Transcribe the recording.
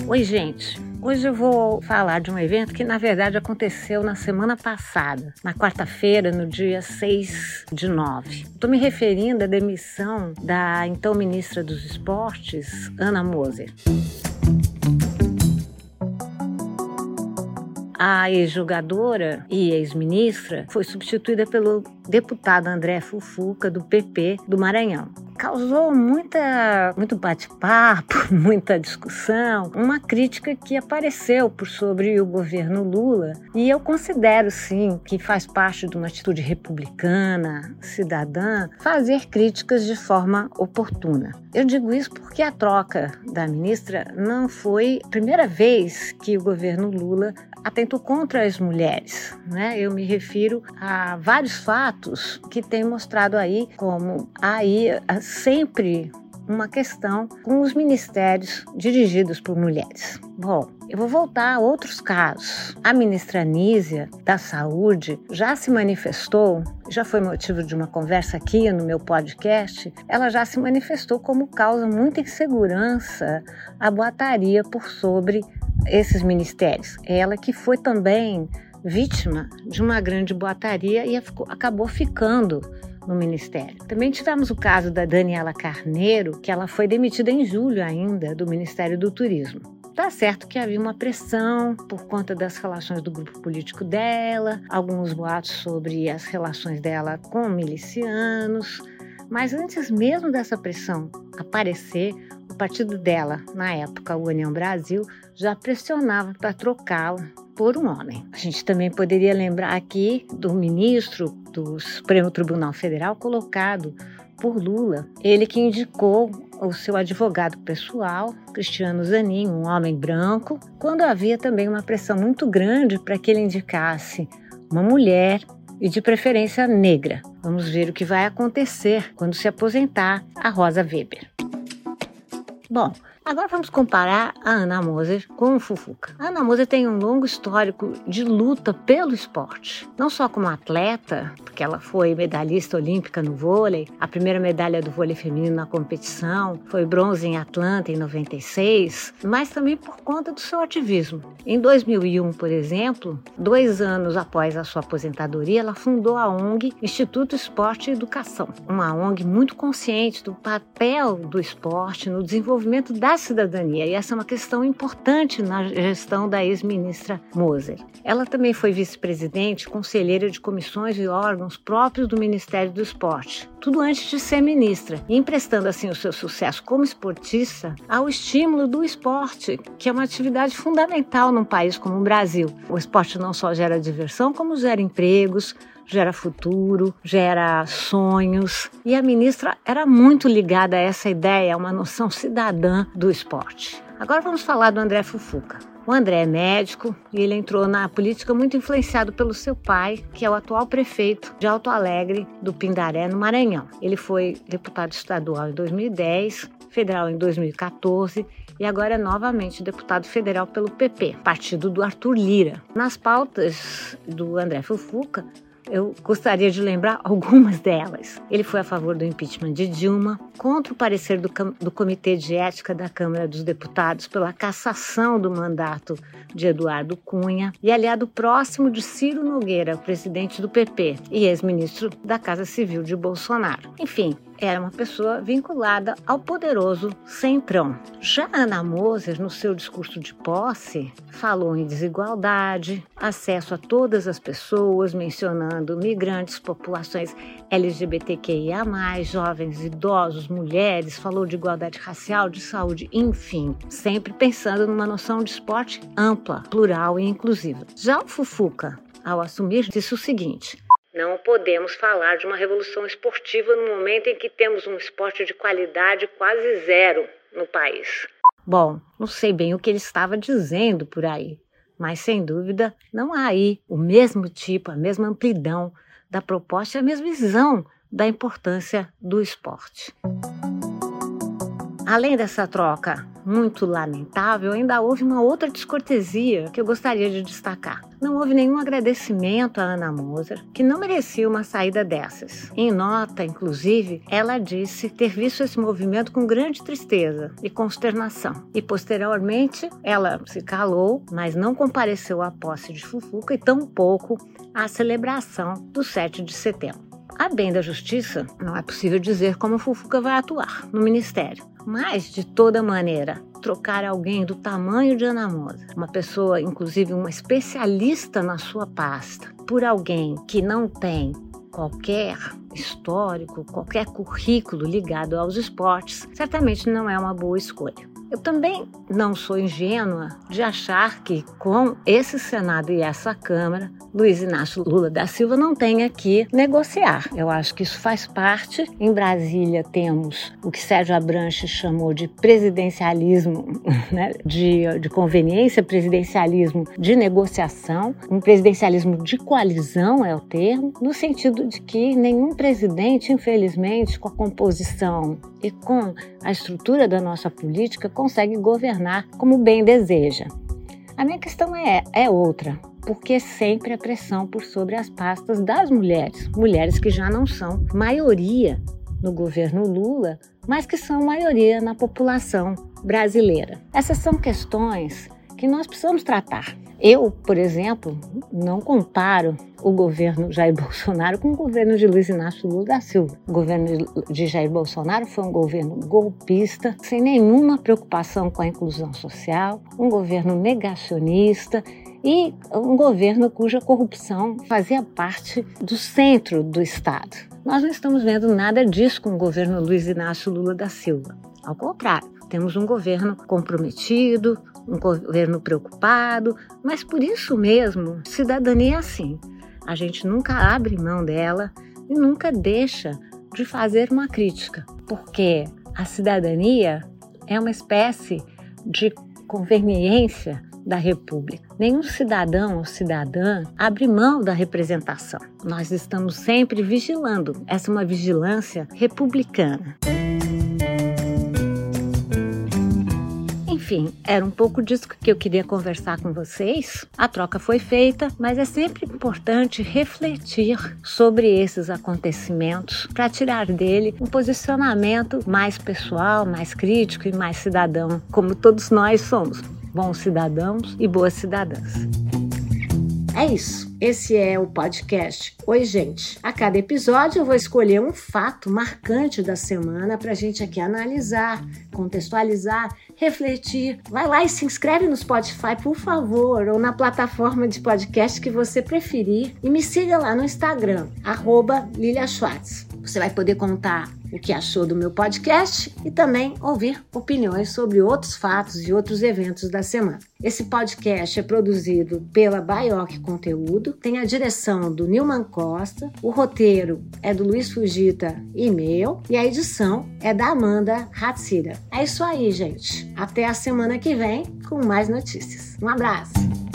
Oi, gente. Hoje eu vou falar de um evento que, na verdade, aconteceu na semana passada, na quarta-feira, no dia 6/9. Estou me referindo à demissão da então ministra dos Esportes, Ana Moser. A ex-jogadora e ex-ministra foi substituída pelo deputado André Fufuca, do PP do Maranhão. Causou muito bate-papo, muita discussão, uma crítica que apareceu sobre o governo Lula. E eu considero, sim, que faz parte de uma atitude republicana, cidadã, fazer críticas de forma oportuna. Eu digo isso porque a troca da ministra não foi a primeira vez que o governo Lula atentou contra as mulheres, né? Eu me refiro a vários fatos que têm mostrado aí como sempre uma questão com os ministérios dirigidos por mulheres. Bom, eu vou voltar a outros casos. A ministra Anísia, da Saúde, já se manifestou, já foi motivo de uma conversa aqui no meu podcast, ela já se manifestou como causa muita insegurança a boataria por sobre esses ministérios. Ela que foi também vítima de uma grande boataria e acabou ficando no ministério. Também tivemos o caso da Daniela Carneiro, que ela foi demitida em julho ainda do Ministério do Turismo. Tá certo que havia uma pressão por conta das relações do grupo político dela, alguns boatos sobre as relações dela com milicianos, mas antes mesmo dessa pressão aparecer, o partido dela, na época, o União Brasil, já pressionava para trocá-la por um homem. A gente também poderia lembrar aqui do ministro do Supremo Tribunal Federal colocado por Lula, ele que indicou o seu advogado pessoal, Cristiano Zanin, um homem branco, quando havia também uma pressão muito grande para que ele indicasse uma mulher e de preferência negra. Vamos ver o que vai acontecer quando se aposentar a Rosa Weber. Bom, agora vamos comparar a Ana Moser com o Fufuca. A Ana Moser tem um longo histórico de luta pelo esporte, não só como atleta, porque ela foi medalhista olímpica no vôlei, a primeira medalha do vôlei feminino na competição, foi bronze em Atlanta em 96, mas também por conta do seu ativismo. Em 2001, por exemplo, 2 anos após a sua aposentadoria, ela fundou a ONG Instituto Esporte e Educação, uma ONG muito consciente do papel do esporte no desenvolvimento da cidadania, e essa é uma questão importante na gestão da ex-ministra Moser. Ela também foi vice-presidente, conselheira de comissões e órgãos próprios do Ministério do Esporte, tudo antes de ser ministra, e emprestando assim o seu sucesso como esportista ao estímulo do esporte, que é uma atividade fundamental num país como o Brasil. O esporte não só gera diversão, como gera empregos, gera futuro, gera sonhos. E a ministra era muito ligada a essa ideia, a uma noção cidadã do esporte. Agora vamos falar do André Fufuca. O André é médico e ele entrou na política muito influenciado pelo seu pai, que é o atual prefeito de Alto Alegre do Pindaré, no Maranhão. Ele foi deputado estadual em 2010, federal em 2014 e agora é novamente deputado federal pelo PP, partido do Arthur Lira. Nas pautas do André Fufuca, eu gostaria de lembrar algumas delas. Ele foi a favor do impeachment de Dilma, contra o parecer do Comitê de Ética da Câmara dos Deputados pela cassação do mandato de Eduardo Cunha e aliado próximo de Ciro Nogueira, presidente do PP e ex-ministro da Casa Civil de Bolsonaro. Enfim, era uma pessoa vinculada ao poderoso Centrão. Já Ana Moser, no seu discurso de posse, falou em desigualdade, acesso a todas as pessoas, mencionando migrantes, populações LGBTQIA+, jovens, idosos, mulheres, falou de igualdade racial, de saúde, enfim, sempre pensando numa noção de esporte ampla, plural e inclusiva. Já o Fufuca, ao assumir, disse o seguinte: não podemos falar de uma revolução esportiva no momento em que temos um esporte de qualidade quase zero no país. Bom, não sei bem o que ele estava dizendo por aí, mas sem dúvida não há aí o mesmo tipo, a mesma amplidão da proposta e a mesma visão da importância do esporte. Além dessa troca muito lamentável, ainda houve uma outra descortesia que eu gostaria de destacar. Não houve nenhum agradecimento a Ana Moser, que não merecia uma saída dessas. Em nota, inclusive, ela disse ter visto esse movimento com grande tristeza e consternação. E, posteriormente, ela se calou, mas não compareceu à posse de Fufuca e tampouco à celebração do 7 de setembro. A bem da justiça, não é possível dizer como Fufuca vai atuar no ministério. Mas, de toda maneira, trocar alguém do tamanho de Ana Moser, uma pessoa, inclusive uma especialista na sua pasta, por alguém que não tem qualquer histórico, qualquer currículo ligado aos esportes, certamente não é uma boa escolha. Eu também não sou ingênua de achar que, com esse Senado e essa Câmara, Luiz Inácio Lula da Silva não tenha que negociar. Eu acho que isso faz parte. Em Brasília temos o que Sérgio Abranches chamou de presidencialismo, né, de conveniência, presidencialismo de negociação, um presidencialismo de coalizão é o termo, no sentido de que nenhum presidente, infelizmente, com a composição e com a estrutura da nossa política, consegue governar como bem deseja. A minha questão é outra, porque sempre a pressão por sobre as pastas das mulheres que já não são maioria no governo Lula, mas que são maioria na população brasileira. Essas são questões que nós precisamos tratar. Eu, por exemplo, não comparo o governo Jair Bolsonaro com o governo de Luiz Inácio Lula da Silva. O governo de Jair Bolsonaro foi um governo golpista, sem nenhuma preocupação com a inclusão social, um governo negacionista e um governo cuja corrupção fazia parte do centro do Estado. Nós não estamos vendo nada disso com o governo Luiz Inácio Lula da Silva. Ao contrário, temos um governo comprometido, um governo preocupado, mas por isso mesmo, cidadania é assim. A gente nunca abre mão dela e nunca deixa de fazer uma crítica, porque a cidadania é uma espécie de conveniência da República. Nenhum cidadão ou cidadã abre mão da representação. Nós estamos sempre vigilando. Essa é uma vigilância republicana. Enfim, era um pouco disso que eu queria conversar com vocês. A troca foi feita, mas é sempre importante refletir sobre esses acontecimentos para tirar dele um posicionamento mais pessoal, mais crítico e mais cidadão, como todos nós somos, bons cidadãos e boas cidadãs. É isso. Esse é o podcast Oi, Gente. A cada episódio eu vou escolher um fato marcante da semana para a gente aqui analisar, contextualizar, refletir. Vai lá e se inscreve no Spotify, por favor, ou na plataforma de podcast que você preferir. E me siga lá no Instagram, @LiliaSchwartz. Você vai poder contar o que achou do meu podcast e também ouvir opiniões sobre outros fatos e outros eventos da semana. Esse podcast é produzido pela Baioc Conteúdo, tem a direção do Nilman Costa, o roteiro é do Luiz Fugita e meu, e a edição é da Amanda Hatsira. É isso aí, gente. Até a semana que vem com mais notícias. Um abraço!